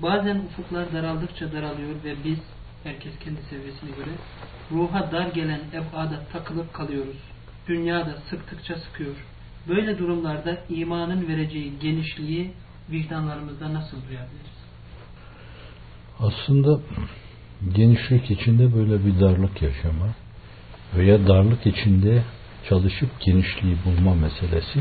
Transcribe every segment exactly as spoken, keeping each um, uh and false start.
Bazen ufuklar daraldıkça daralıyor ve biz, herkes kendi seviyesine göre, ruha dar gelen ebada takılıp kalıyoruz. Dünyada sıktıkça sıkıyor. Böyle durumlarda imanın vereceği genişliği vicdanlarımızda nasıl duyabiliriz? Aslında genişlik içinde böyle bir darlık yaşama veya darlık içinde çalışıp genişliği bulma meselesi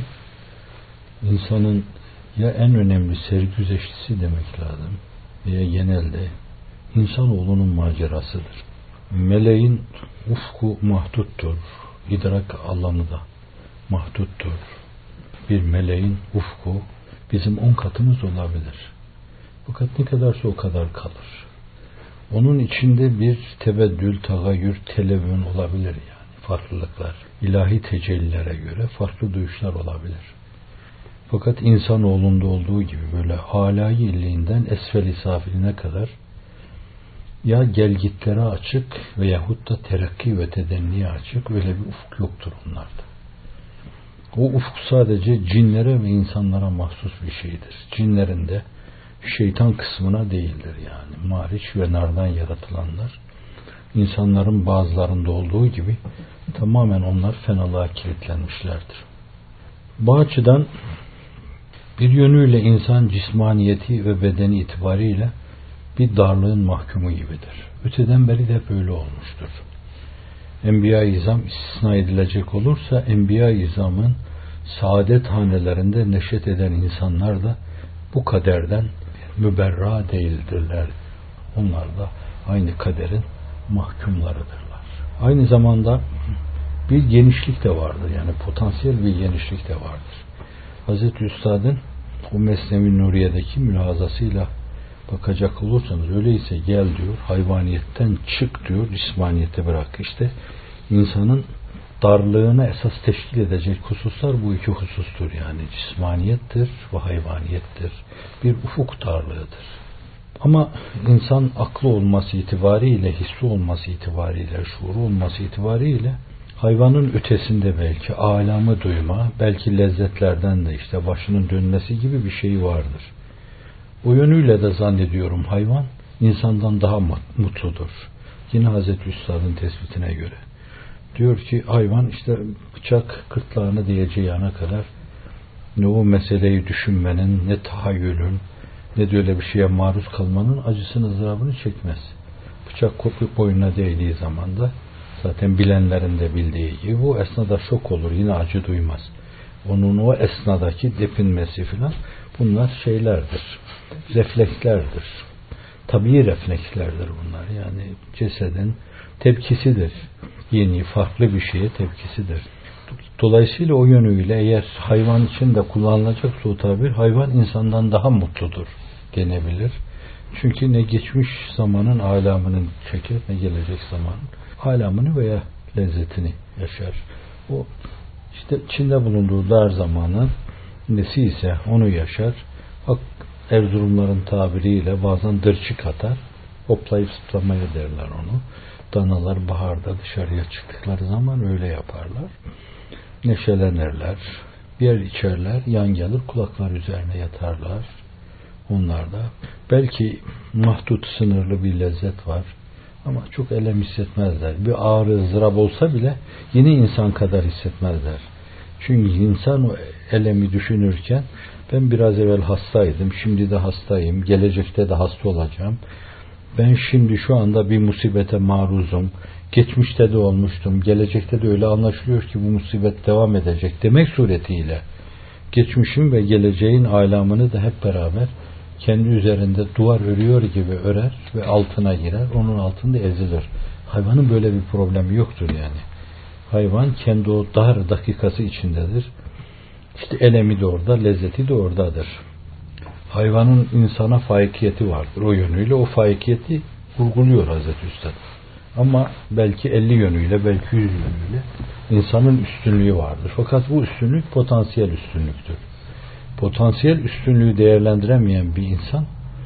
insanın ya en önemli sergüzeştisi demek lazım veya genelde insanoğlunun macerasıdır. Meleğin ufku mahduttur, idrak alanı da mahduttur. Bir meleğin ufku bizim on katımız olabilir. Fakat ne kadarsa o kadar kalır. Onun içinde bir tebeddül, tagayyür, televün olabilir yani. Farklılıklar, ilahi tecellilere göre farklı duyuşlar olabilir. Fakat insanoğlunda olduğu gibi böyle âlâ-i illiğinden esfel-i safiline kadar ya gelgitlere açık veyahut da terakki ve tedenniye açık öyle bir ufuk yoktur onlarda. O ufuk sadece cinlere ve insanlara mahsus bir şeydir. Cinlerin de şeytan kısmına değildir yani. Mariç ve nardan yaratılanlar insanların bazılarında olduğu gibi tamamen onlar fenalığa kilitlenmişlerdir. Bu açıdan bir yönüyle insan cismaniyeti ve bedeni itibariyle bir darlığın mahkumu gibidir. Öteden beri de böyle olmuştur. Enbiya-i İzam istisna edilecek olursa Enbiya-i İzam'ın saadet hanelerinde neşet eden insanlar da bu kaderden müberra değildirler. Onlar da aynı kaderin mahkumlarıdırlar. Aynı zamanda bir genişlik de vardır. Yani potansiyel bir genişlik de vardır. Hazreti Üstad'ın o Mesnevi Nuriye'deki mülahazasıyla bakacak olursanız öyleyse gel diyor, hayvaniyetten çık diyor, cismaniyete bırak. İşte insanın darlığına esas teşkil edecek hususlar bu iki husustur. Yani cismaniyettir ve hayvaniyettir. Bir ufuk darlığıdır. Ama insan aklı olması itibariyle, hissi olması itibariyle, şuuru olması itibariyle hayvanın ötesinde belki alamı duyma, belki lezzetlerden de işte başının dönmesi gibi bir şey vardır. O yönüyle de zannediyorum hayvan insandan daha mutludur. Yine Hazreti Üstad'ın tespitine göre. Diyor ki hayvan işte bıçak kırtlağını diyeceği ana kadar ne o meseleyi düşünmenin, ne tahayyülün, ne de öyle bir şeye maruz kalmanın acısını, ızdırabını çekmez. Bıçak kopup boynuna değdiği zaman da zaten bilenlerin de bildiği gibi bu esnada şok olur, yine acı duymaz. Onun o esnadaki depinmesi filan bunlar şeylerdir, reflekslerdir. Tabii reflekslerdir bunlar. Yani cesedin tepkisidir. Yeni, farklı bir şeye tepkisidir. Dolayısıyla o yönüyle eğer hayvan için de kullanılacaksa o tabir, hayvan insandan daha mutludur denebilir. Çünkü ne geçmiş zamanın alamını çeker, ne gelecek zamanın alamını veya lezzetini yaşar. O işte içinde bulunduğu dar zamanın nesi ise onu yaşar. Bak, Erzurumların tabiriyle bazen dırçık atar, hoplayıp zıplamaya derler onu. Danalar baharda dışarıya çıktıkları zaman öyle yaparlar. Neşelenirler, bir yer içerler, yan gelir kulaklar üzerine yatarlar. Onlar da belki mahdut sınırlı bir lezzet var ama çok elem hissetmezler. Bir ağrı, ızdırap olsa bile yine insan kadar hissetmezler. Çünkü insan o elemi düşünürken ben biraz evvel hastaydım, şimdi de hastayım, gelecekte de hasta olacağım. Ben şimdi şu anda bir musibete maruzum, geçmişte de olmuştum, gelecekte de öyle anlaşılıyor ki bu musibet devam edecek demek suretiyle geçmişin ve geleceğin alamını da hep beraber kendi üzerinde duvar örüyor gibi örer ve altına girer, onun altında ezilir. Hayvanın böyle bir problemi yoktur yani. Hayvan kendi o dar dakikası içindedir. İşte elemi de orada, lezzeti de oradadır. Hayvanın insana faikiyeti vardır. O yönüyle o faikiyeti vurguluyor Hazreti Üstad. Ama belki elli yönüyle, belki yüz yönüyle insanın üstünlüğü vardır. Fakat bu üstünlük potansiyel üstünlüktür. Potansiyel üstünlüğü değerlendiremeyen bir insan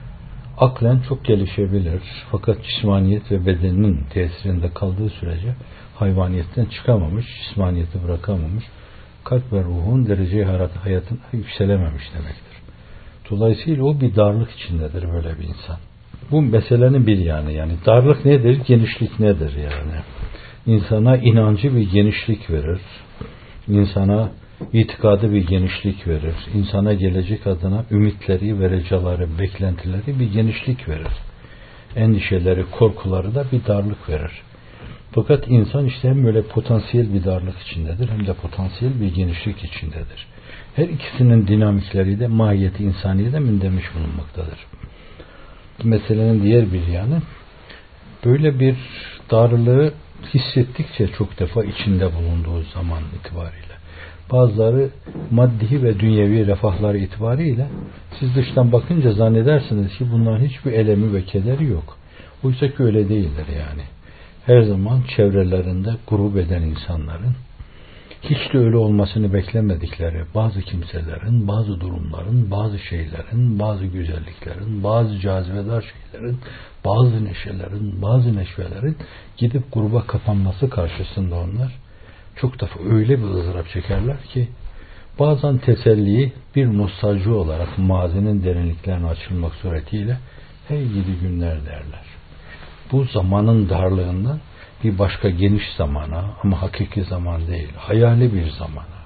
aklen çok gelişebilir. Fakat cismaniyet ve bedeninin tesirinde kaldığı sürece hayvaniyetten çıkamamış, cismaniyeti bırakamamış, kalp ve ruhun derece-i hayatına yükselememiş demektir. Dolayısıyla o bir darlık içindedir böyle bir insan. Bu meselenin bir yanı yani. Darlık nedir? Genişlik nedir yani? İnsana inancı bir genişlik verir. İnsana itikadı bir genişlik verir. İnsana gelecek adına ümitleri, vereceleri, beklentileri bir genişlik verir. Endişeleri, korkuları da bir darlık verir. Fakat insan işte hem böyle potansiyel bir darlık içindedir hem de potansiyel bir genişlik içindedir. Her ikisinin dinamikleri de mahiyeti insaniye de mündemiş bulunmaktadır. Meselenin diğer bir yanı böyle bir darlığı hissettikçe çok defa içinde bulunduğu zaman itibariyle bazıları maddi ve dünyevi refahları itibariyle siz dıştan bakınca zannedersiniz ki bunların hiçbir elemi ve kederi yok. Oysa ki öyle değildir yani. Her zaman çevrelerinde grup eden insanların hiç de öyle olmasını beklemedikleri bazı kimselerin, bazı durumların, bazı şeylerin, bazı güzelliklerin, bazı cazibedar şeylerin, bazı neşelerin, bazı neşvelerin gidip gruba kapanması karşısında onlar çok defa öyle bir ızdırap çekerler ki bazen teselliyi bir nostalji olarak mazinin derinliklerine açılmak suretiyle hey gidi günler derler. Bu zamanın darlığından bir başka geniş zamana ama hakiki zaman değil, hayali bir zamana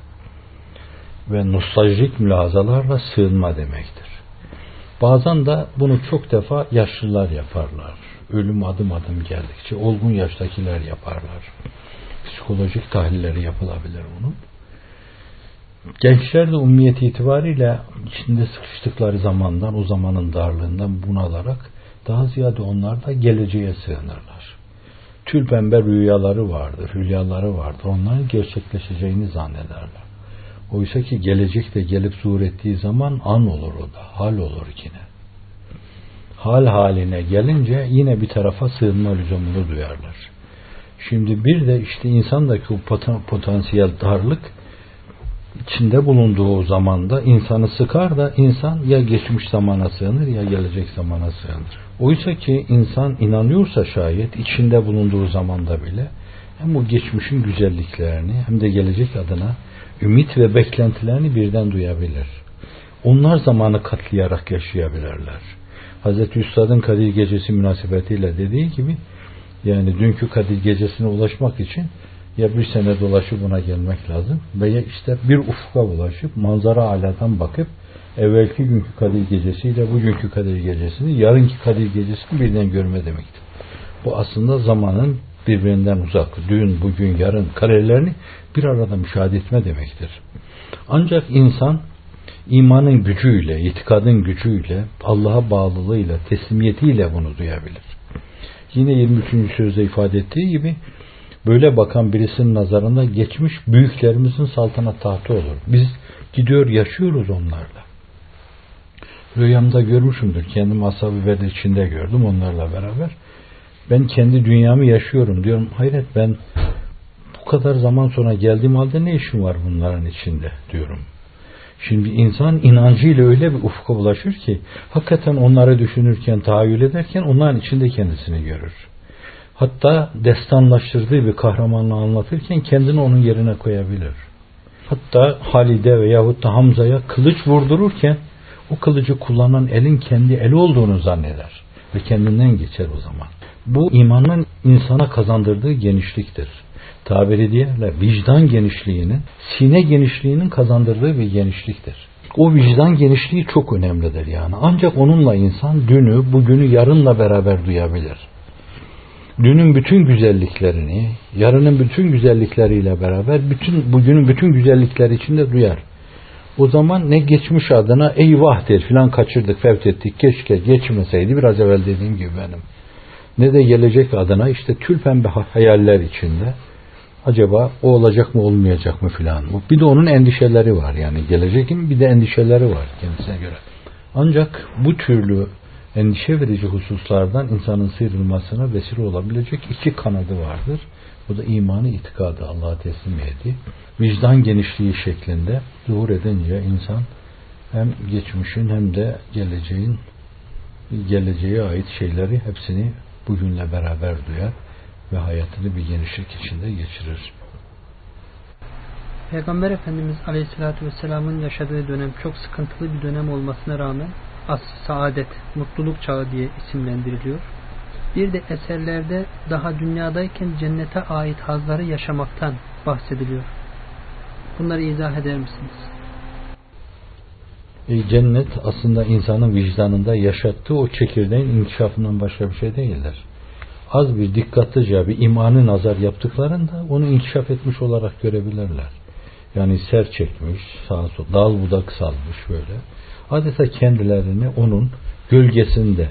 ve nostaljik mülahazalarla sığınma demektir. Bazen de bunu çok defa yaşlılar yaparlar. Ölüm adım adım geldikçe olgun yaştakiler yaparlar. Psikolojik tahlilleri yapılabilir bunun. Gençler de umumiyeti itibariyle içinde sıkıştıkları zamandan, o zamanın darlığından bunalarak daha ziyade onlar da geleceğe sığınırlar. Tülpembe rüyaları vardır, hülyaları vardır. Onların gerçekleşeceğini zannederler. Oysa ki gelecek de gelip zuhur ettiği zaman an olur o da, hal olur yine. Hal haline gelince yine bir tarafa sığınma lüzumunu duyarlar. Şimdi bir de işte insandaki o potansiyel darlık içinde bulunduğu o zamanda insanı sıkar da insan ya geçmiş zamana sığınır ya gelecek zamana sığınır. Oysa ki insan inanıyorsa şayet içinde bulunduğu zamanda bile hem o geçmişin güzelliklerini hem de gelecek adına ümit ve beklentilerini birden duyabilir. Onlar zamanı katlayarak yaşayabilirler. Hazreti Üstad'ın Kadir Gecesi münasebetiyle dediği gibi yani dünkü Kadir Gecesi'ne ulaşmak için ya bir sene dolaşıp buna gelmek lazım veya işte bir ufka ulaşıp manzara aladan bakıp evvelki günkü Kadir Gecesiyle bugünkü Kadir Gecesini, yarınki Kadir Gecesini birden görme demektir. Bu aslında zamanın birbirinden uzak, dün, bugün, yarın karelerini bir arada müşahede etme demektir. Ancak insan imanın gücüyle, itikadın gücüyle, Allah'a bağlılığıyla, teslimiyetiyle bunu duyabilir. Yine yirmi üçüncü sözde ifade ettiği gibi böyle bakan birisinin nazarında geçmiş büyüklerimizin saltanat tahtı olur. Biz gidiyor yaşıyoruz onlarla. Rüyamda görmüşümdür. Kendimi ashab-ı verdi içinde gördüm onlarla beraber. Ben kendi dünyamı yaşıyorum diyorum. Hayret ben bu kadar zaman sonra geldiğim halde ne işim var bunların içinde diyorum. Şimdi insan inancıyla öyle bir ufka ulaşır ki hakikaten onları düşünürken, tahayyül ederken onların içinde kendisini görür. Hatta destanlaştırdığı bir kahramanlığı anlatırken kendini onun yerine koyabilir. Hatta Halide veyahut da Hamza'ya kılıç vurdururken o kılıcı kullanan elin kendi eli olduğunu zanneder ve kendinden geçer o zaman. Bu imanın insana kazandırdığı genişliktir. Tabiri diğerle vicdan genişliğinin, sine genişliğinin kazandırdığı bir genişliktir. O vicdan genişliği çok önemlidir yani. Ancak onunla insan dünü, bugünü yarınla beraber duyabilir. Dünün bütün güzelliklerini, yarının bütün güzellikleriyle beraber bütün bugünün bütün güzellikleri içinde duyar. O zaman ne geçmiş adına eyvah der filan kaçırdık, fevt ettik, keşke geçmeseydi biraz evvel dediğim gibi benim. Ne de gelecek adına işte tülpembe hayaller içinde acaba o olacak mı olmayacak mı filan. Bir de onun endişeleri var yani gelecekin bir de endişeleri var kendisine göre. Ancak bu türlü endişe verici hususlardan insanın sıyrılmasına vesile olabilecek iki kanadı vardır. Bu da imanı, itikadı, Allah'a teslimiyeti. Vicdan genişliği şeklinde zuhur edince insan hem geçmişin hem de geleceğin geleceğe ait şeyleri hepsini bugünle beraber duyar ve hayatını bir genişlik içinde geçirir. Peygamber Efendimiz Aleyhisselatü Vesselam'ın yaşadığı dönem çok sıkıntılı bir dönem olmasına rağmen as-ı saadet, mutluluk çağı diye isimlendiriliyor. Bir de eserlerde daha dünyadayken cennete ait hazları yaşamaktan bahsediliyor. Bunları izah eder misiniz? E, cennet aslında insanın vicdanında yaşattığı o çekirdeğin inkişafından başka bir şey değildir. Az bir dikkatlice bir imanı nazar yaptıklarında onu inkişaf etmiş olarak görebilirler. Yani ser çekmiş, sağa sola, dal budak salmış böyle. Adeta kendilerini onun gölgesinde,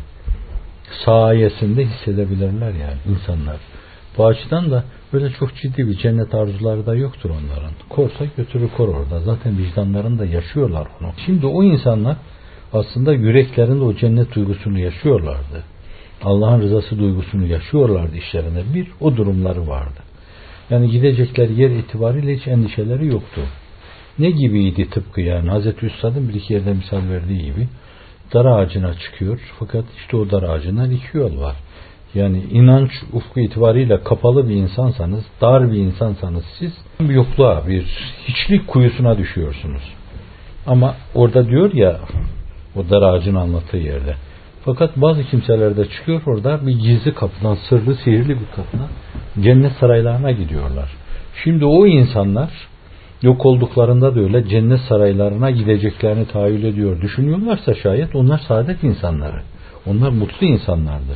sayesinde hissedebilirler yani insanlar. Bu açıdan da böyle çok ciddi bir cennet arzuları da yoktur onların. Korsa götürür kor orada. Zaten vicdanlarında yaşıyorlar onu. Şimdi o insanlar aslında yüreklerinde o cennet duygusunu yaşıyorlardı. Allah'ın rızası duygusunu yaşıyorlardı işlerinde. Bir, o durumları vardı. Yani gidecekleri yer itibariyle hiç endişeleri yoktu. Ne gibiydi tıpkı yani Hazreti Üstad'ın bir iki yerde misal verdiği gibi dar ağacına çıkıyor fakat işte o dar ağacından iki yol var. Yani inanç ufku itibariyle kapalı bir insansanız, dar bir insansanız siz bir yokluğa, bir hiçlik kuyusuna düşüyorsunuz. Ama orada diyor ya o dar ağacın anlattığı yerde. Fakat bazı kimseler de çıkıyor orada bir gizli kapıdan, sırlı, sihirli bir kapıdan cennet saraylarına gidiyorlar. Şimdi o insanlar yok olduklarında da öyle cennet saraylarına gideceklerini tahayyül ediyor. Düşünüyorlarsa şayet onlar saadet insanları. Onlar mutlu insanlardır.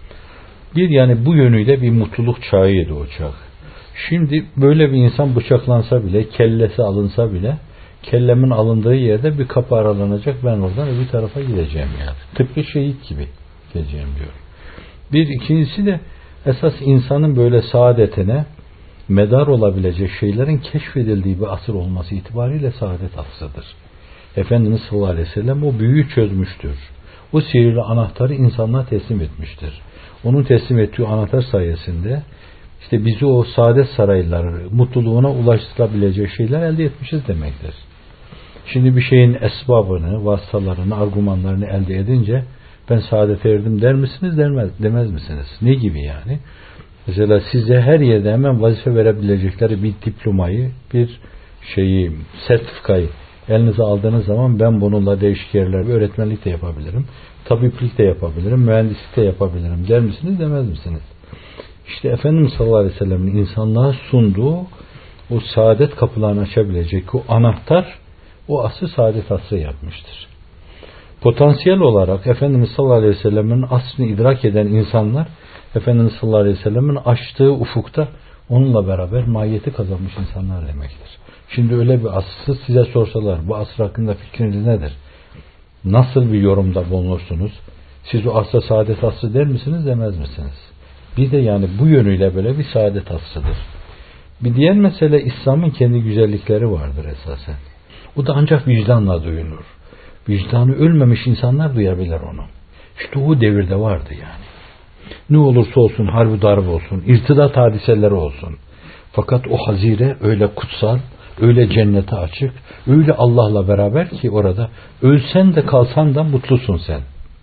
Bir yani bu yönüyle bir mutluluk çağıydı o çağ. Şimdi böyle bir insan bıçaklansa bile, kellesi alınsa bile kellemin alındığı yerde bir kapı aralanacak. Ben oradan öbür tarafa gideceğim yani. Tıpkı şehit gibi gideceğim diyor. Bir ikincisi de esas insanın böyle saadetine medar olabilecek şeylerin keşfedildiği bir asır olması itibariyle saadet asrıdır. Efendimiz sallallahu aleyhi ve sellem o büyüyü çözmüştür. O sihirli anahtarı insanlığa teslim etmiştir. Onun teslim ettiği anahtar sayesinde işte bizi o saadet sarayları mutluluğuna ulaştırabilecek şeyler elde etmişiz demektir. Şimdi bir şeyin esbabını, vasıtalarını, argümanlarını elde edince ben saadete erdim der misiniz, demez, demez misiniz? Ne gibi yani? Mesela size her yerde hemen vazife verebilecekleri bir diplomayı, bir şeyi, sertifikayı elinize aldığınız zaman ben bununla değişik yerlerde öğretmenlik de yapabilirim, tabiplik de yapabilirim, mühendislik de yapabilirim der misiniz, demez misiniz? İşte Efendimiz sallallahu aleyhi ve sellem'in insanlığa sunduğu o saadet kapılarını açabilecek o anahtar o asrı saadet asrı yapmıştır. Potansiyel olarak Efendimiz sallallahu aleyhi ve sellem'in asrını idrak eden insanlar Efendimiz sallallahu aleyhi ve sellem'in açtığı ufukta onunla beraber mahiyeti kazanmış insanlar demektir. Şimdi öyle bir asrı size sorsalar bu asır hakkında fikriniz nedir? Nasıl bir yorumda bulunursunuz? Siz o asra saadet asrı der misiniz, demez misiniz? Bir de yani bu yönüyle böyle bir saadet asrıdır. Bir diğer mesele İslam'ın kendi güzellikleri vardır esasen. O da ancak vicdanla duyulur. Vicdanı ölmemiş insanlar duyabilir onu. İşte o devirde vardı yani. Ne olursa olsun, harbi darbe olsun, irtidat hadiseleri olsun. Fakat o hazire öyle kutsal, öyle cennete açık, öyle Allah'la beraber ki orada ölsen de kalsan da mutlusun sen.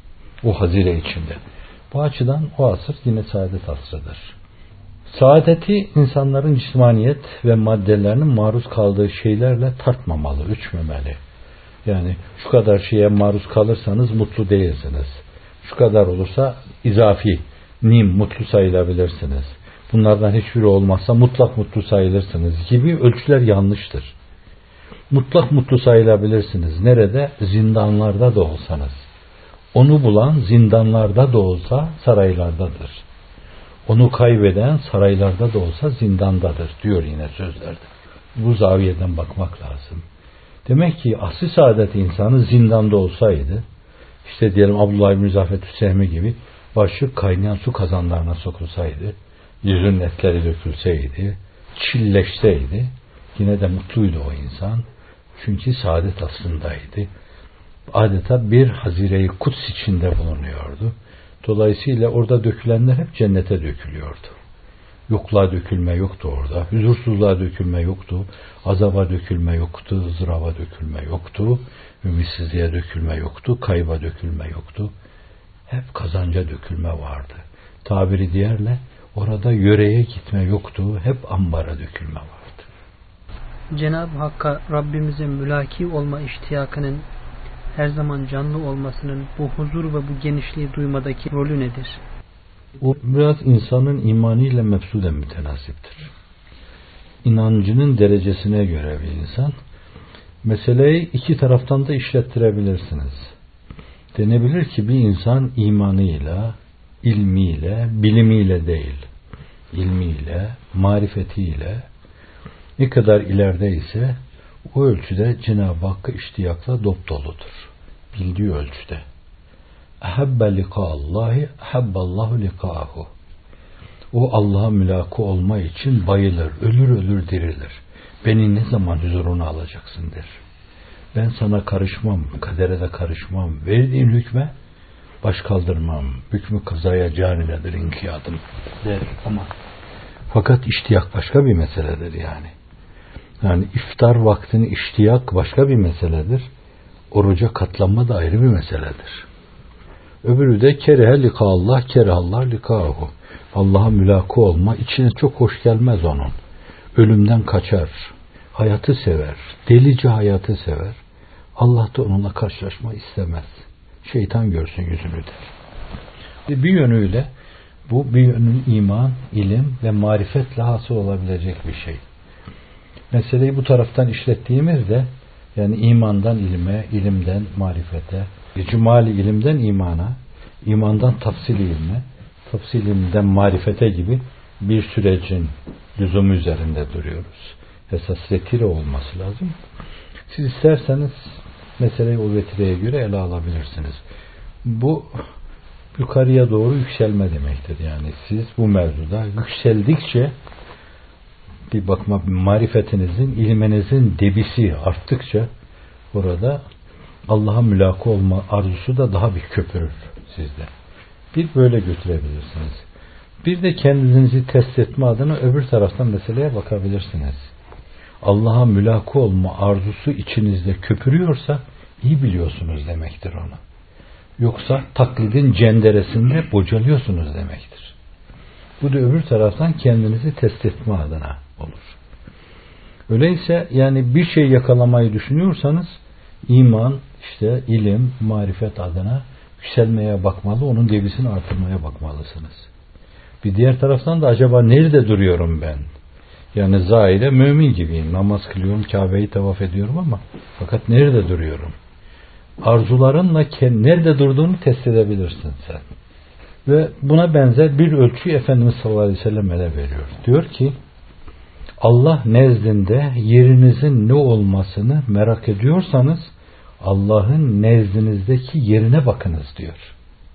O hazire içinde. Bu açıdan o asır yine saadet asrıdır. Saadeti insanların cismaniyet ve maddelerinin maruz kaldığı şeylerle tartmamalı, ölçmemeli. Yani şu kadar şeye maruz kalırsanız mutlu değilsiniz. Şu kadar olursa izafi, nim, mutlu sayılabilirsiniz. Bunlardan hiçbiri olmazsa mutlak mutlu sayılırsınız gibi ölçüler yanlıştır. Mutlak mutlu sayılabilirsiniz. Nerede? Zindanlarda da olsanız. Onu bulan zindanlarda da olsa saraylardadır. Onu kaybeden saraylarda da olsa zindandadır diyor yine sözlerde. Bu zaviyeden bakmak lazım. Demek ki asr-ı saadet insanı zindanda olsaydı, işte diyelim Abdullah İbn Zafet Hüseymi gibi başı kaynayan su kazanlarına sokulsaydı, yüzünün etleri dökülseydi, çilleşseydi, yine de mutluydu o insan. Çünkü saadet aslındaydı. Adeta bir hazire-i kuds içinde bulunuyordu. Dolayısıyla orada dökülenler hep cennete dökülüyordu. Yokluğa dökülme yoktu orada. Huzursuzluğa dökülme yoktu. Azaba dökülme yoktu. Izdıraba dökülme yoktu. Ümitsizliğe dökülme yoktu. Kayba dökülme yoktu. Hep kazanca dökülme vardı. Tabiri diğerle orada yöreye gitme yoktu. Hep ambara dökülme vardı. Cenab-ı Hakk'a Rabbimizin mülaki olma iştiyakının her zaman canlı olmasının bu huzur ve bu genişliği duymadaki rolü nedir? O biraz insanın imanıyla mefsuden mütenasiptir. İnancının derecesine göre bir insan meseleyi iki taraftan da işlettirebilirsiniz. Denebilir ki bir insan imanıyla, ilmiyle, bilimiyle değil, ilmiyle, marifetiyle ne kadar ilerideyse o ölçüde Cenab-ı Hakk'a iştiyakla dopdoludur. Bildiği ölçüde. Ahabbe lika'allahi, ahabballahu lika'ahu. O Allah'a mülaki olma için bayılır, ölür ölür dirilir. Beni ne zaman huzuruna alacaksın der. Ben sana karışmam, kadere de karışmam, verdiğin hükme baş kaldırmam, hükmü kazaya caniledir inkiyadım der ama fakat iştiyak başka bir meseledir yani. Yani iftar vaktini iştiyak başka bir meseledir. Oruca katlanma da ayrı bir meseledir. Öbürü de kerehe likallah, kerehallah likahu. Allah'a mülaki olma içine çok hoş gelmez onun. Ölümden kaçar, hayatı sever, delice hayatı sever. Allah da onunla karşılaşma istemez. Şeytan görsün yüzünü der. Bir yönüyle bu bir yönün iman, ilim ve marifetle hasıl olabilecek bir şey. Meseleyi bu taraftan işlettiğimizde yani imandan ilme, ilimden marifete, icmali ilimden imana, imandan tafsil ilme, tafsil ilimden marifete gibi bir sürecin lüzumu üzerinde duruyoruz. Esas vetire olması lazım. Siz isterseniz meseleyi o vetireye göre ele alabilirsiniz. Bu yukarıya doğru yükselme demektir. Yani siz bu mevzuda yükseldikçe bir bakma marifetinizin, ilmenizin debisi arttıkça orada Allah'a mülaki olma arzusu da daha bir köpürür sizde. Bir böyle götürebilirsiniz. Bir de kendinizi test etme adına öbür taraftan meseleye bakabilirsiniz. Allah'a mülaki olma arzusu içinizde köpürüyorsa iyi biliyorsunuz demektir onu. Yoksa taklidin cenderesinde bocalıyorsunuz demektir. Bu da öbür taraftan kendinizi test etme adına olur. Öyleyse yani bir şey yakalamayı düşünüyorsanız iman, işte ilim, marifet adına yükselmeye bakmalı, onun devisini artırmaya bakmalısınız. Bir diğer taraftan da acaba nerede duruyorum ben? Yani zahire mümin gibiyim, namaz kılıyorum, Kabe'yi tavaf ediyorum ama fakat nerede duruyorum? Arzularınla nerede durduğunu test edebilirsin sen. Ve buna benzer bir ölçü Efendimiz sallallahu aleyhi ve sellem ele veriyor. Diyor ki Allah nezdinde yerinizin ne olmasını merak ediyorsanız Allah'ın nezdinizdeki yerine bakınız diyor.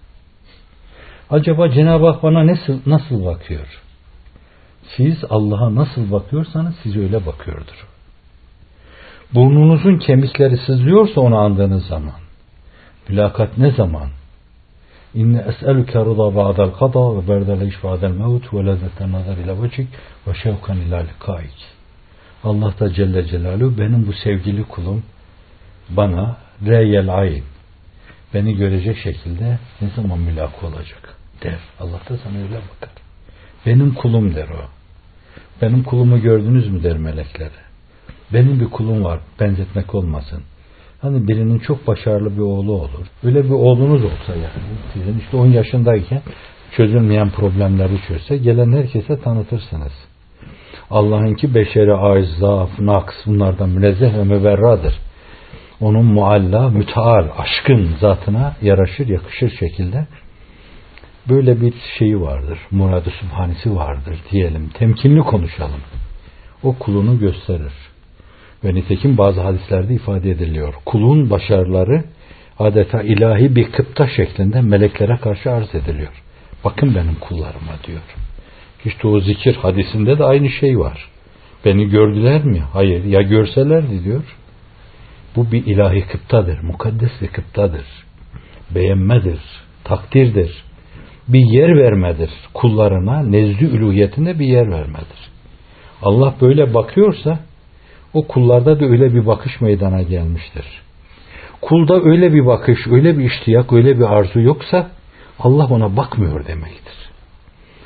Acaba Cenab-ı Hak bana nasıl, nasıl bakıyor? Siz Allah'a nasıl bakıyorsanız siz öyle bakıyordur. Burnunuzun kemikleri sızlıyorsa onu andığınız zaman, mülakat ne zaman? İnne es'eluke rıza ba'del kada ve berdel iş ba'del mevt ve lezzeten nazar ila vecik ve şevkan ila likaik. Allah da Celle Celaluhu benim bu sevgili kulum bana reyel ayn beni görecek şekilde ne zaman mülaki olacak der. Allah da sana öyle bakar. Benim kulum der o. Benim kulumu gördünüz mü der meleklere. Benim bir kulum var, benzetmek olmasın. Hani birinin çok başarılı bir oğlu olur. Öyle bir oğlunuz olsa yani sizin işte on yaşındayken çözülmeyen problemleri çözse gelen herkese tanıtırsınız. Allah'ınki beşeri aiz, zaaf, naks bunlardan münezzeh ve müberradır. Onun mualla, müteal, aşkın zatına yaraşır, yakışır şekilde böyle bir şeyi vardır. Murad-ı Sübhanesi vardır diyelim. Temkinli konuşalım. O kulunu gösterir. Ve nitekim bazı hadislerde ifade ediliyor. Kulun başarıları adeta ilahi bir kıpta şeklinde meleklere karşı arz ediliyor. Bakın benim kullarıma diyor. İşte o zikir hadisinde de aynı şey var. Beni gördüler mi? Hayır. Ya görselerdi diyor. Bu bir ilahi kıptadır. Mukaddes bir kıptadır. Beğenmedir. Takdirdir. Bir yer vermedir. Kullarına nezd-i üluhiyetinde bir yer vermedir. Allah böyle bakıyorsa o kullarda da öyle bir bakış meydana gelmiştir. Kulda öyle bir bakış, öyle bir iştiyak, öyle bir arzu yoksa Allah ona bakmıyor demektir.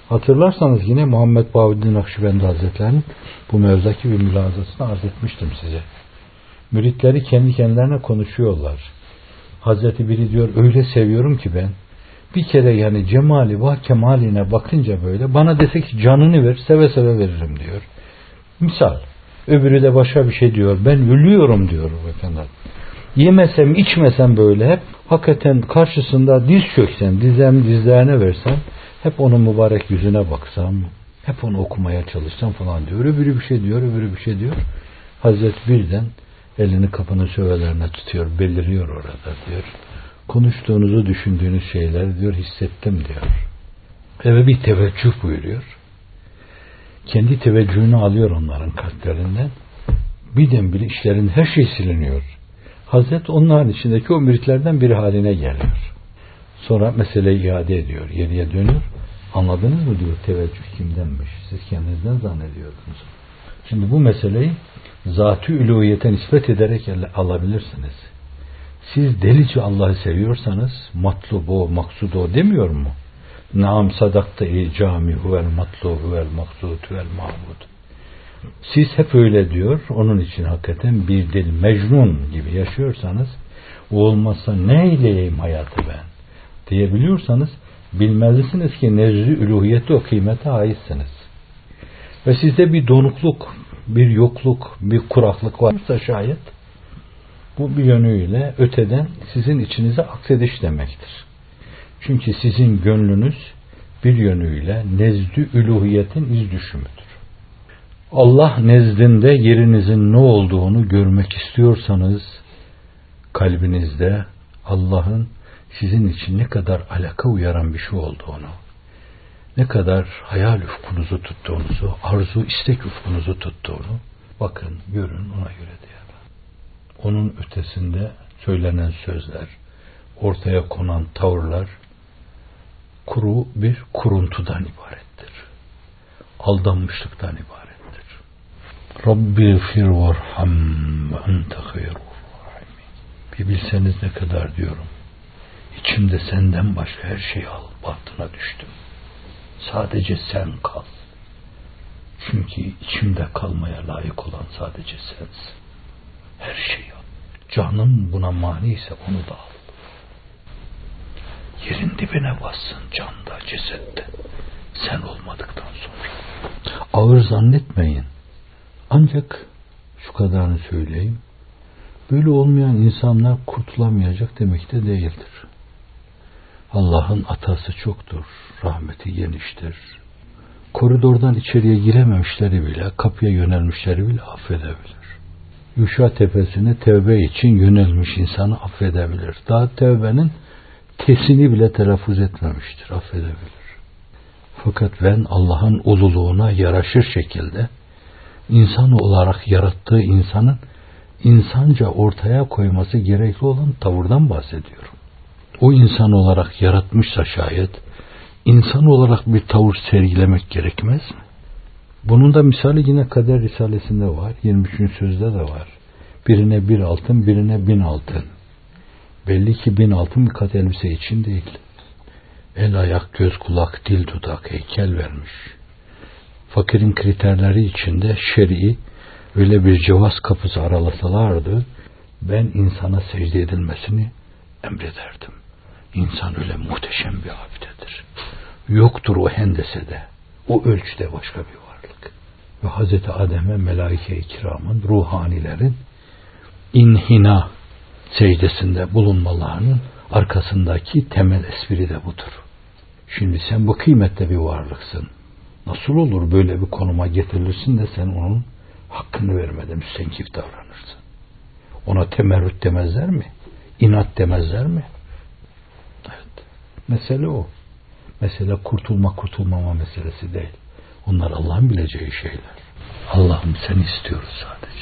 Hatırlarsanız yine Muhammed Bahuddin Nakşibendi Hazretleri'nin bu mevzudaki bir mülazasını arz etmiştim size. Müritleri kendi kendilerine konuşuyorlar. Hazreti biri diyor, öyle seviyorum ki ben bir kere yani cemali va kemaline bakınca böyle bana dese ki canını ver, seve seve veririm diyor. Misal. Öbürü de başka bir şey diyor. Ben ölüyorum diyor efendim. Yemesem içmesem böyle hep hakikaten karşısında diz çöksem, dizem dizlerine versem, hep onun mübarek yüzüne baksam, hep onu okumaya çalışsam falan diyor. Öbürü bir şey diyor, öbürü bir şey diyor. Hazreti birden elini kapının sövelerine tutuyor, beliriyor orada diyor. Konuştuğunuzu düşündüğünüz şeyler diyor hissettim diyor. Eve bir teveccüh buyuruyor. Kendi teveccühünü alıyor onların kalplerinden. Birdenbire işlerin her şey siliniyor. Hazret onların içindeki o müritlerden biri haline geliyor. Sonra meseleyi iade ediyor. Geriye dönüyor. Anladınız mı diyor teveccüh kimdenmiş? Siz kendinizden zannediyordunuz. Şimdi bu meseleyi zat-ı üluhiyete nispet ederek alabilirsiniz. Siz delice Allah'ı seviyorsanız matlubu, maksudu demiyor mu? Naam sadakta ey cami huvel matlubu huvel maksud huvel mahmud. Siz hep öyle diyor. Onun için hakikaten bir dil mecnun gibi yaşıyorsanız, o olmazsa ne eyleyeyim hayatı ben diyebiliyorsanız bilmelisiniz ki nezd-i üluhiyette o kıymete aitsiniz. Ve sizde bir donukluk, bir yokluk, bir kuraklık varsa şayet bu bir yönüyle öteden sizin içinize aksediş demektir. Çünkü sizin gönlünüz bir yönüyle nezd-i üluhiyetin iz düşümüdür. Allah nezdinde yerinizin ne olduğunu görmek istiyorsanız kalbinizde Allah'ın sizin için ne kadar alaka uyaran bir şey olduğunu, ne kadar hayal ufkunuzu tuttuğunuzu, arzu istek ufkunuzu tuttuğunu bakın, görün, ona göre diyor. Onun ötesinde söylenen sözler, ortaya konan tavırlar kuru bir kuruntudan ibarettir. Aldanmışlıktan ibarettir. Rabbi fir varham ve ente hayrur rahimin. Bir bilseniz ne kadar diyorum. İçimde senden başka her şeyi al, bahtına düştüm. Sadece sen kal. Çünkü içimde kalmaya layık olan sadece sensin. Her şeyi al. Canım buna mani ise onu da al. Yerin dibine bassın canda, cesette. Sen olmadıktan sonra. Ağır zannetmeyin. Ancak şu kadarını söyleyeyim. Böyle olmayan insanlar kurtulamayacak demek de değildir. Allah'ın atası çoktur, rahmeti geniştir. Koridordan içeriye girememişleri bile, kapıya yönelmişleri bile affedebilir. Yuşa tepesine tevbe için yönelmiş insanı affedebilir. Daha tevbenin tesini bile telaffuz etmemiştir, affedebilir. Fakat ben Allah'ın ululuğuna yaraşır şekilde insan olarak yarattığı insanın insanca ortaya koyması gerekli olan tavırdan bahsediyorum. O insan olarak yaratmışsa şayet insan olarak bir tavır sergilemek gerekmez mi? Bunun da misali yine Kader Risalesi'nde var. yirmi üçüncü sözde de var. Birine bir altın, birine bin altın. Belli ki bin altın bir kat elbise için değil. El, ayak, göz, kulak, dil, dudak, heykel vermiş. Fakirin kriterleri içinde şer'i öyle bir cevaz kapısı aralasalardı, ben insana secde edilmesini emrederdim. İnsan öyle muhteşem bir abidedir. Yoktur o hendesede, o ölçüde başka bir varlık. Ve Hazreti Adem'e melaike-i kiramın, ruhanilerin inhina secdesinde bulunmalarının arkasındaki temel espri de budur. Şimdi sen bu kıymette bir varlıksın. Nasıl olur böyle bir konuma getirilirsin de sen onun hakkını vermeden müstenkif davranırsın? Ona temerrüt demezler mi? İnat demezler mi? Evet. Mesele o. Mesele kurtulma kurtulmama meselesi değil. Onlar Allah'ın bileceği şeyler. Allah'ım seni istiyoruz sadece.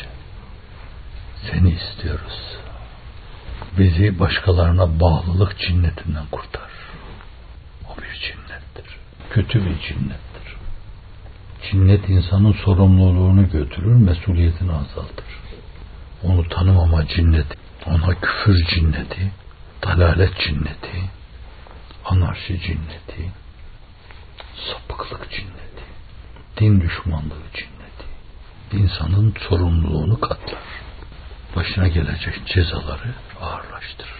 Seni istiyoruz. Bizi başkalarına bağlılık cinnetinden kurtar. O bir cinnettir. Kötü bir cinnettir. Cinnet insanın sorumluluğunu götürür, mesuliyetini azaltır. Onu tanımama cinneti, ona küfür cinneti, dalalet cinneti, anarşi cinneti, sapıklık cinneti, din düşmanlığı cinneti, insanın sorumluluğunu katlar. Başına gelecek cezaları ağırlaştırır.